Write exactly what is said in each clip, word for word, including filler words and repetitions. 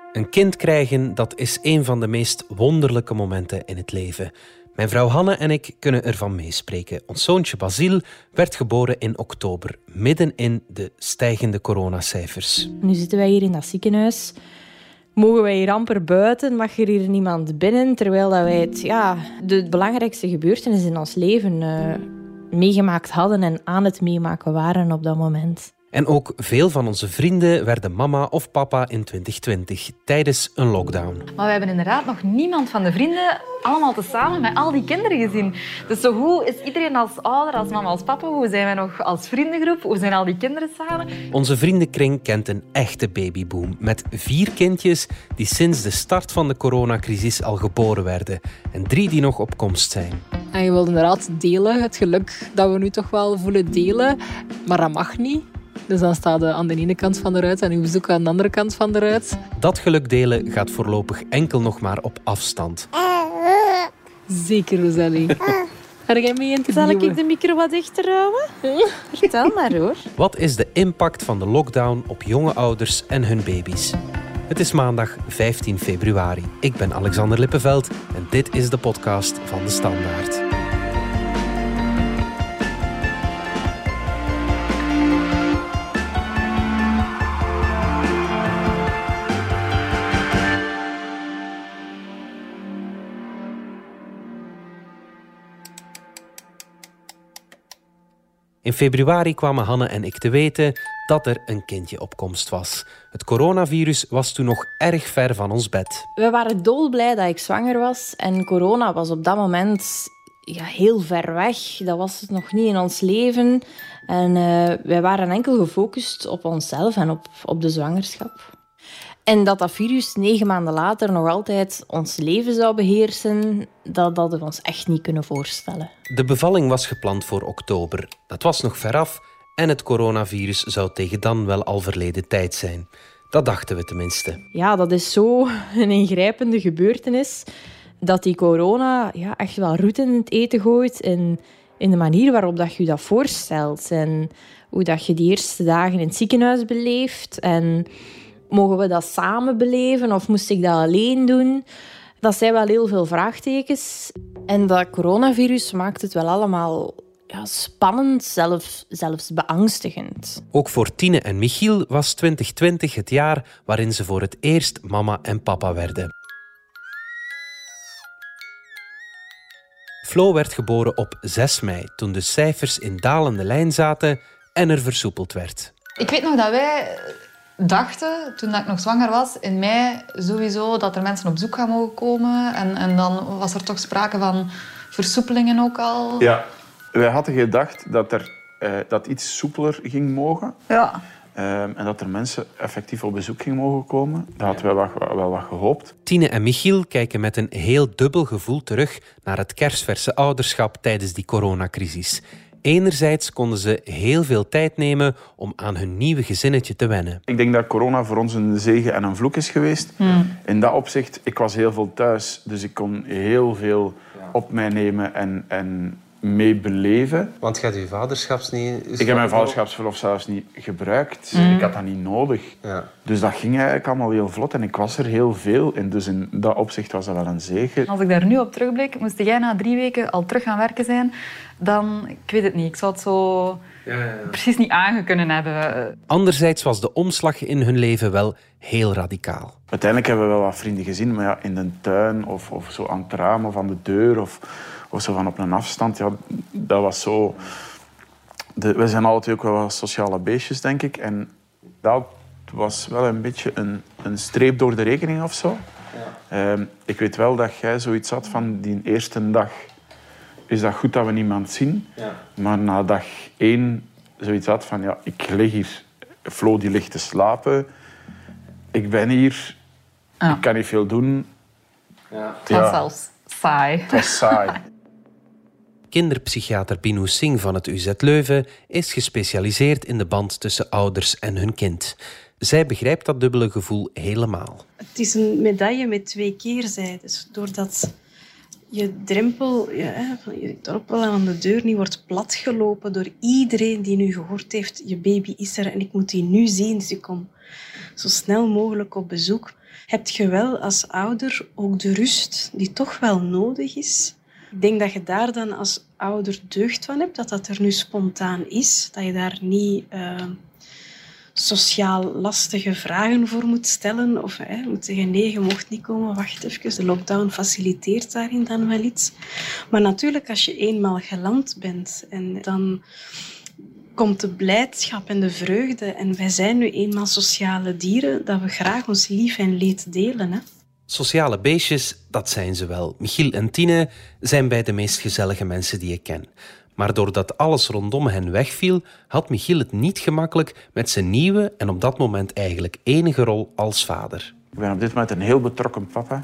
Een kind krijgen, dat is een van de meest wonderlijke momenten in het leven. Mijn vrouw Hanne en ik kunnen ervan meespreken. Ons zoontje Basile werd geboren in oktober, midden in de stijgende coronacijfers. Nu zitten wij hier in dat ziekenhuis. Mogen wij hier amper buiten? Mag er hier niemand binnen? Terwijl dat wij het, ja, de belangrijkste gebeurtenis in ons leven uh, meegemaakt hadden en aan het meemaken waren op dat moment. En ook veel van onze vrienden werden mama of papa in twintig twintig, tijdens een lockdown. Maar we hebben inderdaad nog niemand van de vrienden allemaal tezamen met al die kinderen gezien. Dus zo hoe is iedereen als ouder, als mama, als papa? Hoe zijn wij nog als vriendengroep? Hoe zijn al die kinderen samen? Onze vriendenkring kent een echte babyboom. Met vier kindjes die sinds de start van de coronacrisis al geboren werden. En drie die nog op komst zijn. En je wilt inderdaad delen, het geluk dat we nu toch wel voelen delen. Maar dat mag niet. Dus dan staat je aan de ene kant van de ruit en je bezoek aan de andere kant van de ruit. Dat geluk delen gaat voorlopig enkel nog maar op afstand. Zeker, Rosalie. Ga jij mee in te Zal duwen? ik de micro wat dichter houden? Vertel maar hoor. Wat is de impact van de lockdown op jonge ouders en hun baby's? Het is maandag vijftien februari. Ik ben Alexander Lippenveld en dit is de podcast van De Standaard. In februari kwamen Hanne en ik te weten dat er een kindje op komst was. Het coronavirus was toen nog erg ver van ons bed. We waren dolblij dat ik zwanger was. En corona was op dat moment ja, heel ver weg. Dat was het nog niet in ons leven. En uh, wij waren enkel gefocust op onszelf en op, op de zwangerschap. En dat dat virus negen maanden later nog altijd ons leven zou beheersen, dat hadden we ons echt niet kunnen voorstellen. De bevalling was gepland voor oktober. Dat was nog veraf en het coronavirus zou tegen dan wel al verleden tijd zijn. Dat dachten we tenminste. Ja, dat is zo een ingrijpende gebeurtenis dat die corona ja, echt wel roet in het eten gooit in, in de manier waarop dat je je dat voorstelt en hoe dat je die eerste dagen in het ziekenhuis beleeft en mogen we dat samen beleven of moest ik dat alleen doen? Dat zijn wel heel veel vraagtekens. En dat coronavirus maakt het wel allemaal ja, spannend, zelf, zelfs beangstigend. Ook voor Tine en Michiel was twintig twintig het jaar waarin ze voor het eerst mama en papa werden. Flo werd geboren op zes mei, toen de cijfers in dalende lijn zaten en er versoepeld werd. Ik weet nog dat wij dachten, toen ik nog zwanger was, in mei sowieso dat er mensen op bezoek gaan mogen komen. En, en dan was er toch sprake van versoepelingen ook al. Ja, wij hadden gedacht dat er uh, dat iets soepeler ging mogen. Ja. Uh, en dat er mensen effectief op bezoek gingen mogen komen. Dat hadden we wel, wel, wel wat gehoopt. Tine en Michiel kijken met een heel dubbel gevoel terug naar het kersverse ouderschap tijdens die coronacrisis. Enerzijds konden ze heel veel tijd nemen om aan hun nieuwe gezinnetje te wennen. Ik denk dat corona voor ons een zegen en een vloek is geweest. Mm. In dat opzicht, ik was heel veel thuis, dus ik kon heel veel op mij nemen en, en mee beleven. Want je had je vaderschapsverlof... Ik heb mijn vaderschapsverlof zelfs niet gebruikt. Mm. Ik had dat niet nodig. Ja. Dus dat ging eigenlijk allemaal heel vlot en ik was er heel veel. En dus in dat opzicht was dat wel een zegen. Als ik daar nu op terugblik, moest jij na drie weken al terug gaan werken zijn, dan, ik weet het niet, ik zou het zo ja, ja, ja. precies niet aangekunnen hebben. Anderzijds was de omslag in hun leven wel heel radicaal. Uiteindelijk hebben we wel wat vrienden gezien, maar ja, in de tuin of, of zo aan het raam of aan de deur of, of zo van op een afstand. Ja, dat was zo... De, we zijn altijd ook wel wat sociale beestjes, denk ik. En dat was wel een beetje een, een streep door de rekening of zo. Ja. Um, ik weet wel dat jij zoiets had van die eerste dag. Is dat goed dat we niemand zien? Ja. Maar na dag één zoiets had van... Ja, ik lig hier. Flo die ligt te slapen. Ik ben hier. Ja. Ik kan niet veel doen. Ja. Het was ja. zelfs saai. Het was saai. Kinderpsychiater Binu Singh van het U Z Leuven is gespecialiseerd in de band tussen ouders en hun kind. Zij begrijpt dat dubbele gevoel helemaal. Het is een medaille met twee keerzijdes. Doordat je drempel, ja, van je dorpel aan de deur niet wordt platgelopen door iedereen die nu gehoord heeft, je baby is er en ik moet die nu zien, dus ik kom zo snel mogelijk op bezoek. heb je wel als ouder ook de rust die toch wel nodig is. Ik denk dat je daar dan als ouder deugd van hebt, dat dat er nu spontaan is. Dat je daar niet uh, sociaal lastige vragen voor moet stellen. Of hè, moet zeggen, nee, je mocht niet komen, wacht even. De lockdown faciliteert daarin dan wel iets. Maar natuurlijk, als je eenmaal geland bent en dan komt de blijdschap en de vreugde. En wij zijn nu eenmaal sociale dieren, dat we graag ons lief en leed delen, hè. Sociale beestjes, dat zijn ze wel. Michiel en Tine zijn bij de meest gezellige mensen die ik ken. Maar doordat alles rondom hen wegviel, had Michiel het niet gemakkelijk met zijn nieuwe en op dat moment eigenlijk enige rol als vader. Ik ben op dit moment een heel betrokken papa.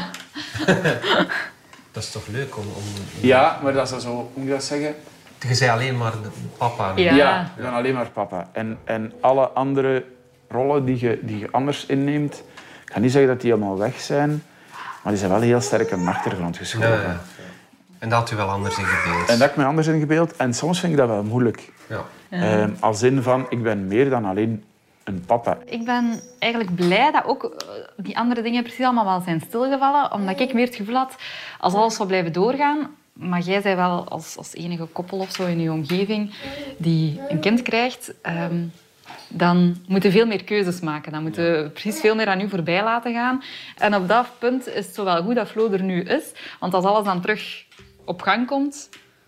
Dat is toch leuk om... om... Ja, maar dat is zo, hoe moet je dat zeggen? Je zei alleen maar de papa. Ja. Ja, ik ben alleen maar papa. En, en alle andere rollen die je, die je anders inneemt, ik ga niet zeggen dat die helemaal weg zijn, maar die zijn wel heel sterk in de achtergrond geschoven. Ja, ja. En dat had u wel anders ingebeeld. En dat heb ik me anders ingebeeld. En soms vind ik dat wel moeilijk. Ja. Ja. Um, als in van, ik ben meer dan alleen een papa. Ik ben eigenlijk blij dat ook die andere dingen precies allemaal wel zijn stilgevallen, omdat ik meer het gevoel had, als alles zou blijven doorgaan, maar jij zei wel als, als enige koppel of zo in je omgeving die een kind krijgt, um, dan moeten we veel meer keuzes maken. Dan moeten we precies veel meer aan u voorbij laten gaan. En op dat punt is het zo wel goed dat Flo er nu is. Want als alles dan terug op gang komt,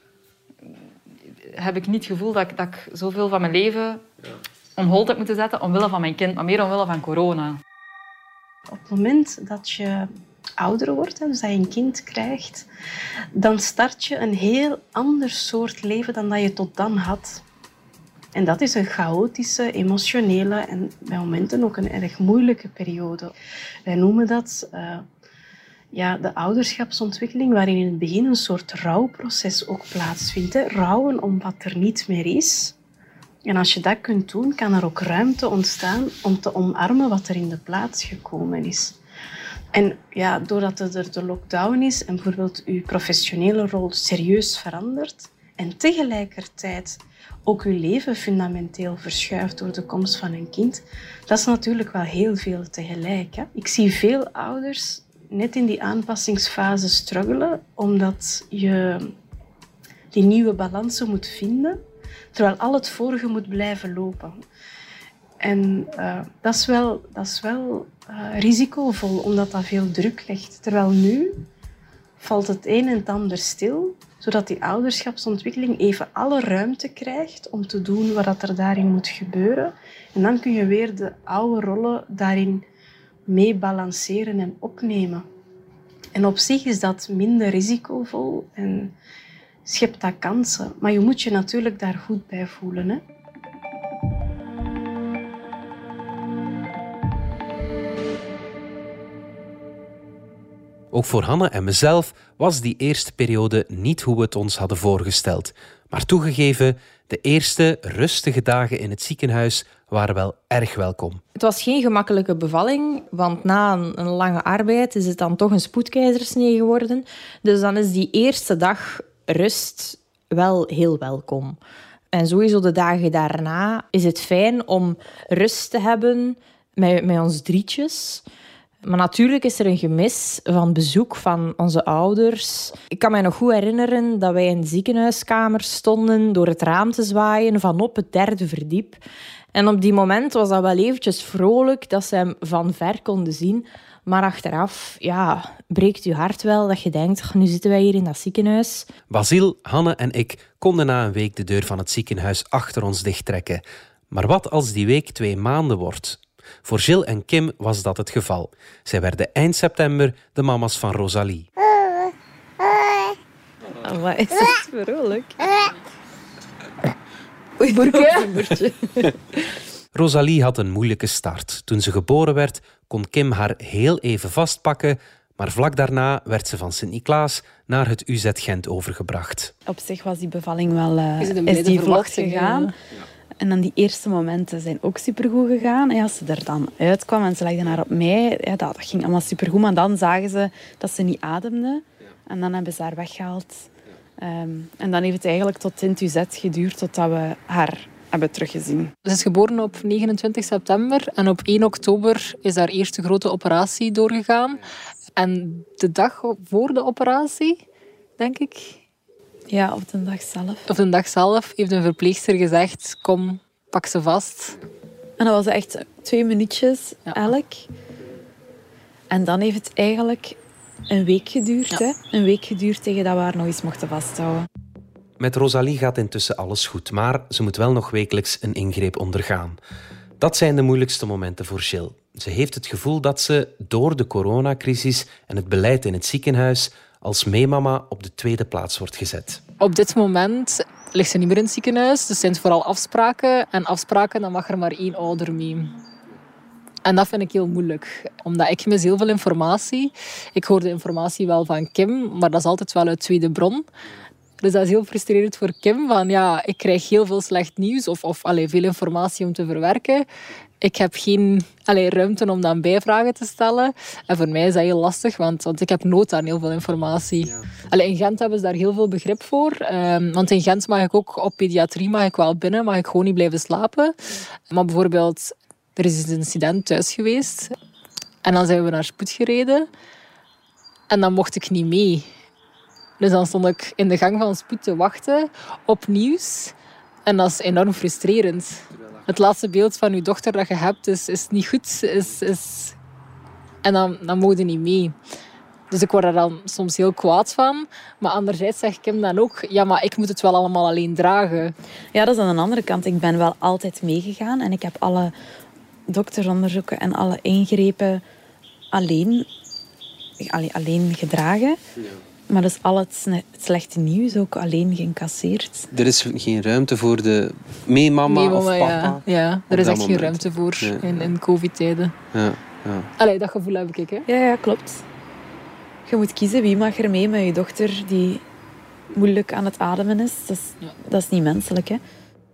heb ik niet het gevoel dat ik, dat ik zoveel van mijn leven on hold heb moeten zetten omwille van mijn kind, maar meer omwille van corona. Op het moment dat je ouder wordt, dus dat je een kind krijgt, dan start je een heel ander soort leven dan dat je tot dan had. En dat is een chaotische, emotionele en bij momenten ook een erg moeilijke periode. Wij noemen dat uh, ja, de ouderschapsontwikkeling, waarin in het begin een soort rouwproces ook plaatsvindt. Hè. Rouwen om wat er niet meer is. En als je dat kunt doen, kan er ook ruimte ontstaan om te omarmen wat er in de plaats gekomen is. En ja, doordat er de lockdown is en bijvoorbeeld uw professionele rol serieus verandert en tegelijkertijd ook uw leven fundamenteel verschuift door de komst van een kind, dat is natuurlijk wel heel veel tegelijk. Hè? Ik zie veel ouders net in die aanpassingsfase struggelen, omdat je die nieuwe balansen moet vinden, terwijl al het vorige moet blijven lopen. En uh, dat is wel, dat is wel uh, risicovol, omdat dat veel druk legt. Terwijl nu valt het een en het ander stil, zodat die ouderschapsontwikkeling even alle ruimte krijgt om te doen wat er daarin moet gebeuren. En dan kun je weer de oude rollen daarin mee balanceren en opnemen. En op zich is dat minder risicovol en schept dat kansen. Maar je moet je natuurlijk daar goed bij voelen, hè? Ook voor Hanne en mezelf was die eerste periode niet hoe we het ons hadden voorgesteld. Maar toegegeven, de eerste rustige dagen in het ziekenhuis waren wel erg welkom. Het was geen gemakkelijke bevalling, want na een, een lange arbeid is het dan toch een spoedkeizersnee geworden. Dus dan is die eerste dag rust wel heel welkom. En sowieso de dagen daarna is het fijn om rust te hebben met, met ons drietjes. Maar natuurlijk is er een gemis van bezoek van onze ouders. Ik kan me nog goed herinneren dat wij in de ziekenhuiskamer stonden door het raam te zwaaien van op het derde verdiep. En op die moment was dat wel eventjes vrolijk dat ze hem van ver konden zien. Maar achteraf, ja, breekt je hart wel dat je denkt, nu zitten wij hier in dat ziekenhuis. Basil, Hanne en ik konden na een week de deur van het ziekenhuis achter ons dichttrekken. Maar wat als die week twee maanden wordt? Voor Gilles en Kim was dat het geval. Zij werden eind september de mama's van Rosalie. Oh, wat is het vrolijk? Oei, boertje. Rosalie had een moeilijke start. Toen ze geboren werd, kon Kim haar heel even vastpakken, maar vlak daarna werd ze van Sint-Niklaas naar het U Z Gent overgebracht. Op zich was die bevalling wel uh, Is, is die vlot verwachting, gegaan. Ja. En dan die eerste momenten zijn ook supergoed gegaan. En als ze er dan uitkwam en ze legden haar op mij, ja, dat, dat ging allemaal supergoed. Maar dan zagen ze dat ze niet ademde. En dan hebben ze haar weggehaald. Um, en dan heeft het eigenlijk tot in het U Z geduurd totdat we haar hebben teruggezien. Ze is geboren op negenentwintig september en op één oktober is haar eerste grote operatie doorgegaan. En de dag voor de operatie, denk ik, Ja, op de dag zelf. of de dag zelf, heeft een verpleegster gezegd, kom, pak ze vast. En dat was echt twee minuutjes Ja. elk. En dan heeft het eigenlijk een week geduurd. Ja. Hè? Een week geduurd tegen dat we haar nog eens mochten vasthouden. Met Rosalie gaat intussen alles goed, maar ze moet wel nog wekelijks een ingreep ondergaan. Dat zijn de moeilijkste momenten voor Jill. Ze heeft het gevoel dat ze door de coronacrisis en het beleid in het ziekenhuis als meemama op de tweede plaats wordt gezet. Op dit moment ligt ze niet meer in het ziekenhuis. Dus het zijn vooral afspraken. En afspraken, dan mag er maar één ouder mee. En dat vind ik heel moeilijk. Omdat ik mis heel veel informatie. Ik hoor de informatie wel van Kim, maar dat is altijd wel uit tweede bron. Dus dat is heel frustrerend voor Kim. Van, ja, ik krijg heel veel slecht nieuws of, of allee, veel informatie om te verwerken. Ik heb geen allee, ruimte om dan bijvragen te stellen. En voor mij is dat heel lastig, want, want ik heb nood aan heel veel informatie. Ja. Allee, in Gent hebben ze daar heel veel begrip voor. Um, want in Gent mag ik ook op pediatrie mag ik wel binnen, mag ik gewoon niet blijven slapen. Maar bijvoorbeeld, er is een incident thuis geweest. En dan zijn we naar spoed gereden. En dan mocht ik niet mee. Dus dan stond ik in de gang van spoed te wachten op nieuws. En dat is enorm frustrerend. Het laatste beeld van je dochter dat je hebt is, is niet goed. Is, is... En dan, dan mogen je niet mee. Dus ik word er dan soms heel kwaad van. Maar anderzijds zegt Kim dan ook... Ja, maar ik moet het wel allemaal alleen dragen. Ja, dat is aan de andere kant. Ik ben wel altijd meegegaan. En ik heb alle doktersonderzoeken en alle ingrepen alleen, alleen gedragen. Ja. Maar dus al het slechte nieuws ook alleen geïncasseerd. Er is geen ruimte voor de meemama nee, of papa? Ja, ja er is echt moment. geen ruimte voor ja. in, in covid-tijden. Ja, ja. Allee, dat gevoel heb ik, hè? Ja, ja, klopt. Je moet kiezen wie mag er mee met je dochter die moeilijk aan het ademen is. Dat is, ja. dat is niet menselijk, hè?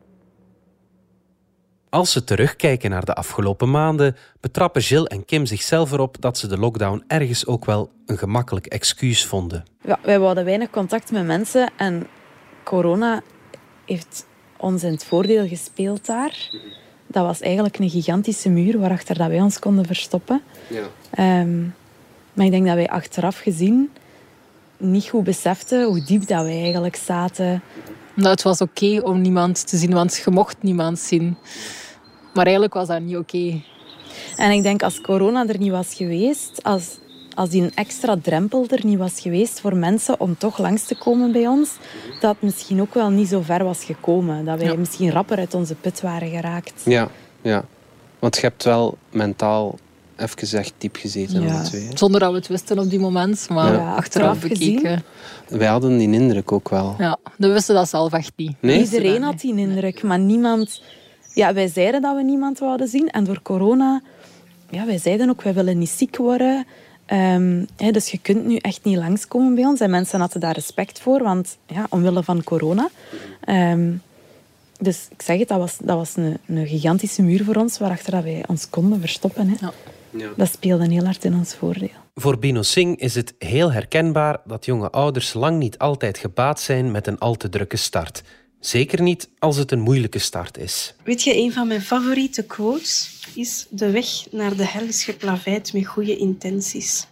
Als ze terugkijken naar de afgelopen maanden, betrappen Jill en Kim zichzelf erop dat ze de lockdown ergens ook wel een gemakkelijk excuus vonden. Ja, wij hadden weinig contact met mensen en corona heeft ons in het voordeel gespeeld daar. Dat was eigenlijk een gigantische muur waarachter dat wij ons konden verstoppen. Ja. Um, maar ik denk dat wij achteraf gezien niet goed beseften hoe diep dat wij eigenlijk zaten. Nou, het was oké okay om niemand te zien, want je mocht niemand zien. Maar eigenlijk was dat niet oké. Okay. En ik denk als corona er niet was geweest, als, als die een extra drempel er niet was geweest voor mensen om toch langs te komen bij ons, dat het misschien ook wel niet zo ver was gekomen. Dat wij ja. misschien rapper uit onze put waren geraakt. Ja, ja. Want je hebt wel mentaal even echt diep gezeten. Ja. Alle twee, hè? Zonder dat we het wisten op die moment, maar ja, achteraf bekeken. Wij hadden die indruk ook wel. Ja, we wisten dat zelf echt niet. Nee? Iedereen had die indruk, maar niemand... Ja, wij zeiden dat we niemand wouden zien. En door corona... Ja, wij zeiden ook, wij willen niet ziek worden. Um, hè, dus je kunt nu echt niet langskomen bij ons. En mensen hadden daar respect voor, want ja, omwille van corona. Um, dus ik zeg het, dat was, dat was een, een gigantische muur voor ons, waarachter dat wij ons konden verstoppen. Hè. Ja. Ja. Dat speelde heel hard in ons voordeel. Voor Bino Singh is het heel herkenbaar dat jonge ouders lang niet altijd gebaat zijn met een al te drukke start. Zeker niet als het een moeilijke start is. Weet je, een van mijn favoriete quotes is: de weg naar de hel is geplaveid met goede intenties.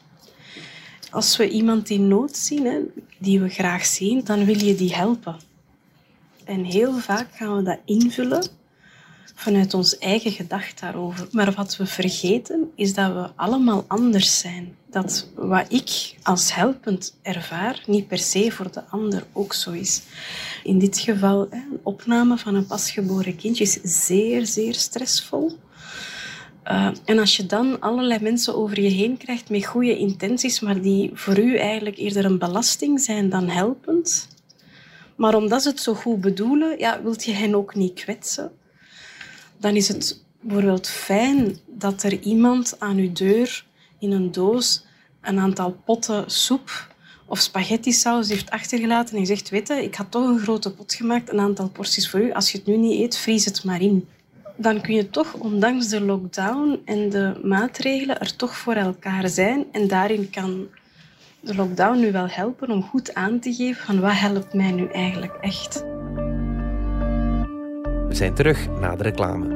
Als we iemand in nood zien, hè, die we graag zien, dan wil je die helpen. En heel vaak gaan we dat invullen vanuit ons eigen gedacht daarover. Maar wat we vergeten, is dat we allemaal anders zijn. Dat wat ik als helpend ervaar, niet per se voor de ander ook zo is. In dit geval, een opname van een pasgeboren kindje is zeer, zeer stressvol. Uh, en als je dan allerlei mensen over je heen krijgt met goede intenties, maar die voor u eigenlijk eerder een belasting zijn dan helpend. Maar omdat ze het zo goed bedoelen, ja, wilt je hen ook niet kwetsen. Dan is het bijvoorbeeld fijn dat er iemand aan uw deur in een doos een aantal potten soep of spaghetti-saus heeft achtergelaten en zegt: weet je, ik had toch een grote pot gemaakt, een aantal porties voor u. Als je het nu niet eet, vries het maar in. Dan kun je toch, ondanks de lockdown en de maatregelen, er toch voor elkaar zijn. En daarin kan de lockdown nu wel helpen om goed aan te geven van wat helpt mij nu eigenlijk echt. We zijn terug na de reclame.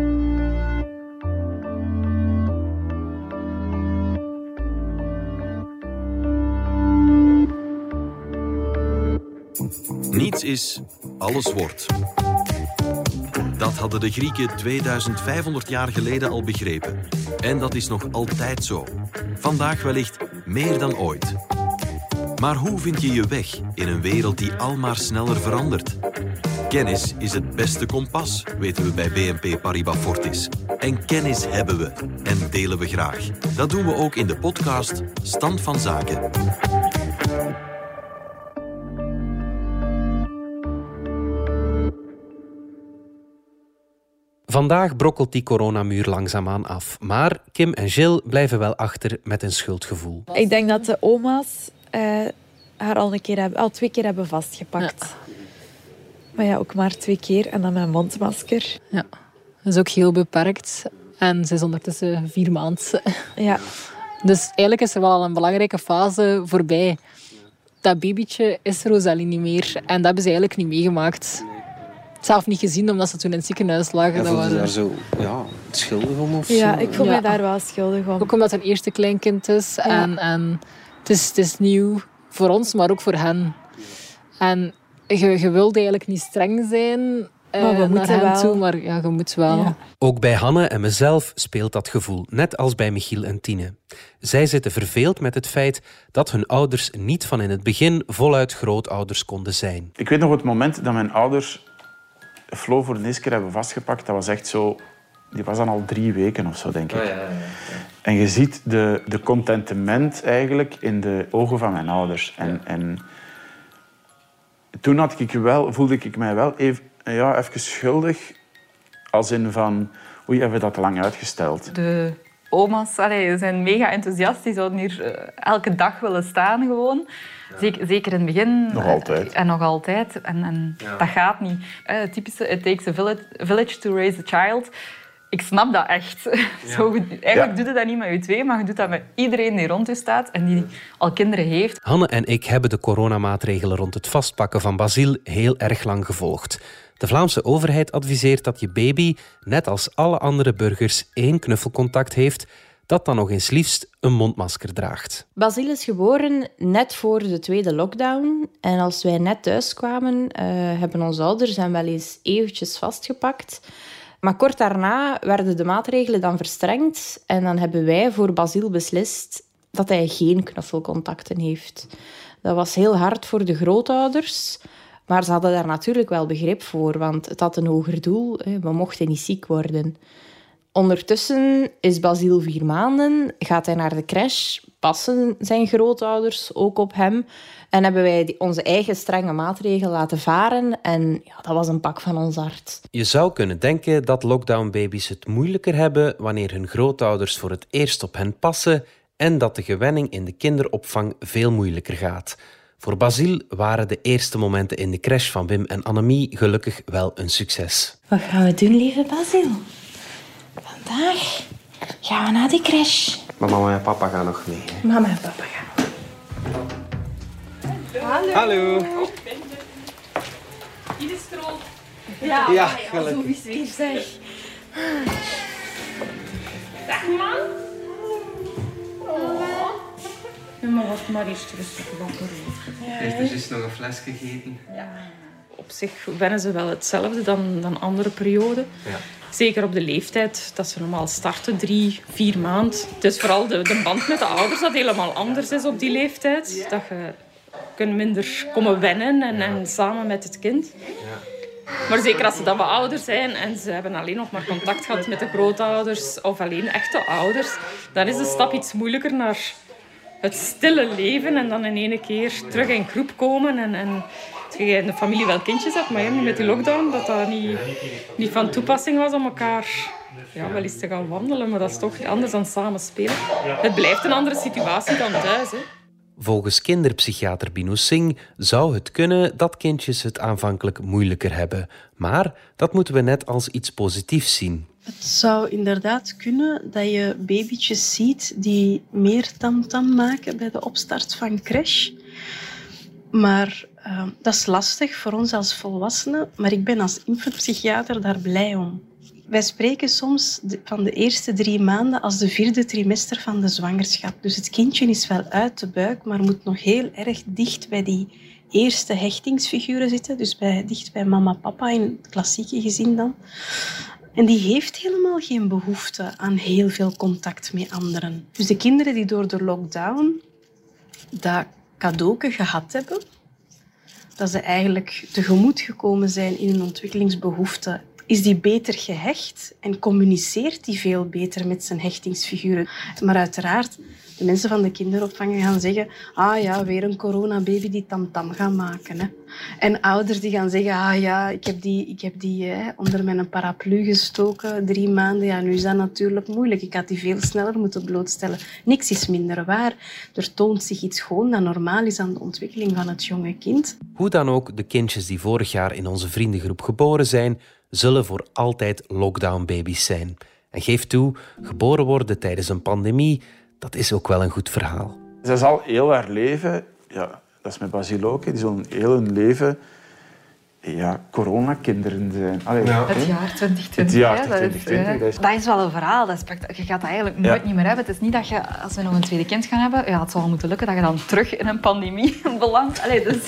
Niets is, alles wordt. Dat hadden de Grieken tweeduizendvijfhonderd jaar geleden al begrepen. En dat is nog altijd zo. Vandaag wellicht meer dan ooit. Maar hoe vind je je weg in een wereld die almaar sneller verandert? Kennis is het beste kompas, weten we bij B N P Paribas Fortis. En kennis hebben we en delen we graag. Dat doen we ook in de podcast Stand van Zaken. Vandaag brokkelt die coronamuur langzaamaan af. Maar Kim en Jill blijven wel achter met een schuldgevoel. Ik denk dat de oma's uh, haar al, een keer hebben, al twee keer hebben vastgepakt. Ja. Maar ja, ook maar twee keer. En dan met een mondmasker. Ja, dat is ook heel beperkt. En ze is ondertussen vier maanden. Ja. Dus eigenlijk is er wel al een belangrijke fase voorbij. Dat babytje is Rosalie niet meer. En dat hebben ze eigenlijk niet meegemaakt. Zelf niet gezien, omdat ze toen in het ziekenhuis lagen. Ja, dat voelde je waren... daar zo ja, schuldig om? Of ja, zo? ik voel ja. mij daar wel schuldig om. Ook omdat het een eerste kleinkind is. Ja. En, en het, is, het is nieuw voor ons, maar ook voor hen. En je, je wilde eigenlijk niet streng zijn maar we uh, naar moeten hen wel. toe, maar ja, je moet wel. Ja. Ook bij Hanne en mezelf speelt dat gevoel, net als bij Michiel en Tine. Zij zitten verveeld met het feit dat hun ouders niet van in het begin voluit grootouders konden zijn. Ik weet nog het moment dat mijn ouders Flo voor de eerste keer hebben vastgepakt. Dat was echt zo... Die was dan al drie weken of zo, denk ik. Oh, ja, ja, ja. En je ziet de, de contentement eigenlijk in de ogen van mijn ouders. En, ja. en toen had ik wel, voelde ik mij wel even, ja, even schuldig. Als in van... Oei, hebben we dat te lang uitgesteld. De oma's allee, zijn mega enthousiast. Die zouden hier uh, elke dag willen staan gewoon. Ja. Zeker, zeker in het begin. Nog altijd. Uh, en nog altijd. En, en ja. Dat gaat niet. Uh, het typische, it takes a village, village to raise a child. Ik snap dat echt. Ja. Zo, eigenlijk ja. doe je dat niet met je twee, maar je doet dat met iedereen die rond je staat en die al kinderen heeft. Hanne en ik hebben de coronamaatregelen rond het vastpakken van Basile heel erg lang gevolgd. De Vlaamse overheid adviseert dat je baby, net als alle andere burgers, één knuffelcontact heeft, dat dan nog eens liefst een mondmasker draagt. Basile is geboren net voor de tweede lockdown. En als wij net thuis kwamen, uh, hebben onze ouders hem wel eens eventjes vastgepakt. Maar kort daarna werden de maatregelen dan verstrengd. En dan hebben wij voor Basile beslist dat hij geen knuffelcontacten heeft. Dat was heel hard voor de grootouders. Maar ze hadden daar natuurlijk wel begrip voor, want het had een hoger doel. We mochten niet ziek worden. Ondertussen is Basile vier maanden, gaat hij naar de crash, passen zijn grootouders ook op hem en hebben wij onze eigen strenge maatregelen laten varen en ja, dat was een pak van ons hart. Je zou kunnen denken dat lockdownbaby's het moeilijker hebben wanneer hun grootouders voor het eerst op hen passen en dat de gewenning in de kinderopvang veel moeilijker gaat. Voor Basile waren de eerste momenten in de crash van Wim en Annemie gelukkig wel een succes. Wat gaan we doen, lieve Basile? Vandaag gaan we naar die crash. Maar mama en papa gaan nog mee. Hè? Mama en papa gaan. Hallo. Hallo. Hier is het rood. Ja, ja, ja, zo is weer, zeg. Dag, man. Ja, maar wacht maar eerst rustig wakker. Heeft er juist nog een fles gegeten? Ja. Op zich wennen ze wel hetzelfde dan, dan andere perioden. Ja. Zeker op de leeftijd dat ze normaal starten, drie, vier maanden. Het is vooral de, de band met de ouders dat helemaal anders is op die leeftijd. Dat je kunt minder komen wennen en, en samen met het kind. Ja. Maar zeker als ze dan wat ouder zijn en ze hebben alleen nog maar contact gehad met de grootouders of alleen echte ouders, dan is de stap iets moeilijker naar het stille leven en dan in één keer terug in groep komen. En, en als je in de familie wel kindjes hebt, maar ja, met die lockdown, dat dat niet, niet van toepassing was om elkaar ja, wel eens te gaan wandelen. Maar dat is toch anders dan samen spelen. Het blijft een andere situatie dan thuis. Hè. Volgens kinderpsychiater Binu Singh zou het kunnen dat kindjes het aanvankelijk moeilijker hebben. Maar dat moeten we net als iets positiefs zien. Het zou inderdaad kunnen dat je babytjes ziet die meer tamtam maken bij de opstart van crash. Maar Uh, dat is lastig voor ons als volwassenen, maar ik ben als infantpsychiater daar blij om. Wij spreken soms van de eerste drie maanden als de vierde trimester van de zwangerschap. Dus het kindje is wel uit de buik, maar moet nog heel erg dicht bij die eerste hechtingsfiguren zitten. Dus bij, dicht bij mama, papa in het klassieke gezin dan. En die heeft helemaal geen behoefte aan heel veel contact met anderen. Dus de kinderen die door de lockdown dat cadeauke gehad hebben, dat ze eigenlijk tegemoet gekomen zijn in hun ontwikkelingsbehoeften, is die beter gehecht en communiceert die veel beter met zijn hechtingsfiguren. Maar uiteraard, de mensen van de kinderopvang gaan zeggen, ah ja, weer een coronababy die tamtam gaat maken. Hè. En ouders die gaan zeggen, ah ja, ik heb die, ik heb die hè, onder mijn paraplu gestoken, drie maanden. Ja, nu is dat natuurlijk moeilijk. Ik had die veel sneller moeten blootstellen. Niks is minder waar. Er toont zich iets gewoon dat normaal is aan de ontwikkeling van het jonge kind. Hoe dan ook, de kindjes die vorig jaar in onze vriendengroep geboren zijn, zullen voor altijd lockdown-baby's zijn. En geef toe, geboren worden tijdens een pandemie, dat is ook wel een goed verhaal. Zij zal heel haar leven, ja, dat is met Basile ook, die zullen heel hun leven ja, coronakinderen zijn. Allee, ja. Het jaar twintig twintig. Het jaar hè, twintig twintig. Dat is, uh, dat is wel een verhaal. Dat is, je gaat dat eigenlijk nooit ja. niet meer hebben. Het is niet dat je, als we nog een tweede kind gaan hebben, ja, het zal moeten lukken dat je dan terug in een pandemie belandt. Allee, dus...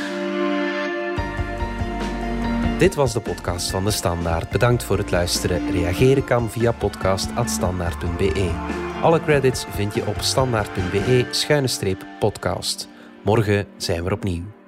Dit was de podcast van De Standaard. Bedankt voor het luisteren. Reageren kan via podcast at standaard punt b e. Alle credits vind je op standaard punt b e schuine streep podcast. Morgen zijn we er opnieuw.